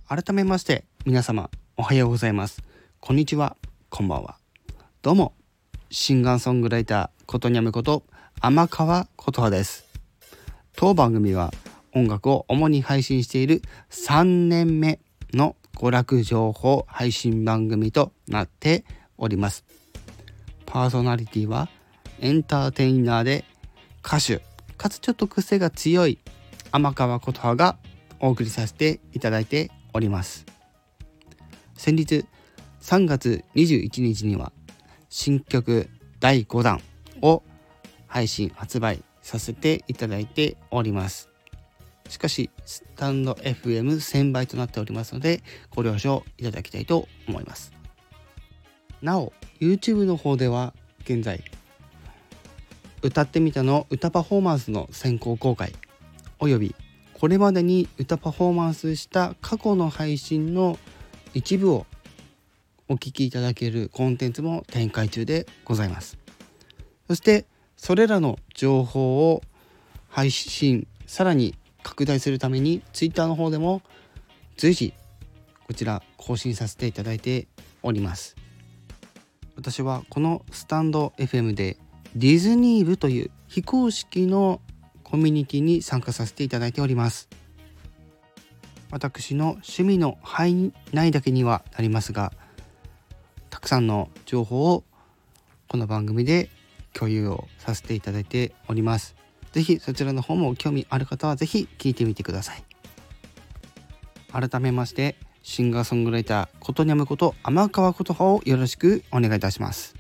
改めまして皆様おはようございます。こんにちは、こんばんは。どうも、シンガーソングライターことにゃむこと天川琴葉です。当番組は音楽を主に配信している3年目の娯楽情報配信番組となっております。パーソナリティはエンターテイナーで歌手かつちょっと癖が強い天川琴葉がお送りさせていただいております。先日3月21日には新曲第5弾を配信発売させていただいております。しかしスタンド FM1000 倍となっておりますのでご了承いただきたいと思います。なお YouTube の方では現在歌ってみたの歌パフォーマンスの先行公開およびこれまでに歌パフォーマンスした過去の配信の一部をお聞きいただけるコンテンツも展開中でございます。そしてそれらの情報を配信さらに拡大するために Twitter の方でも随時こちら更新させていただいております。私はこのスタンド FM でディズニー部という非公式のコミュニティに参加させていただいております。私の趣味の範囲内だけにはなりますが、たくさんの情報をこの番組で共有をさせていただいております。ぜひそちらの方も興味ある方はぜひ聞いてみてください。改めましてシンガーソングライターことにゃむこと天川琴葉をよろしくお願いいたします。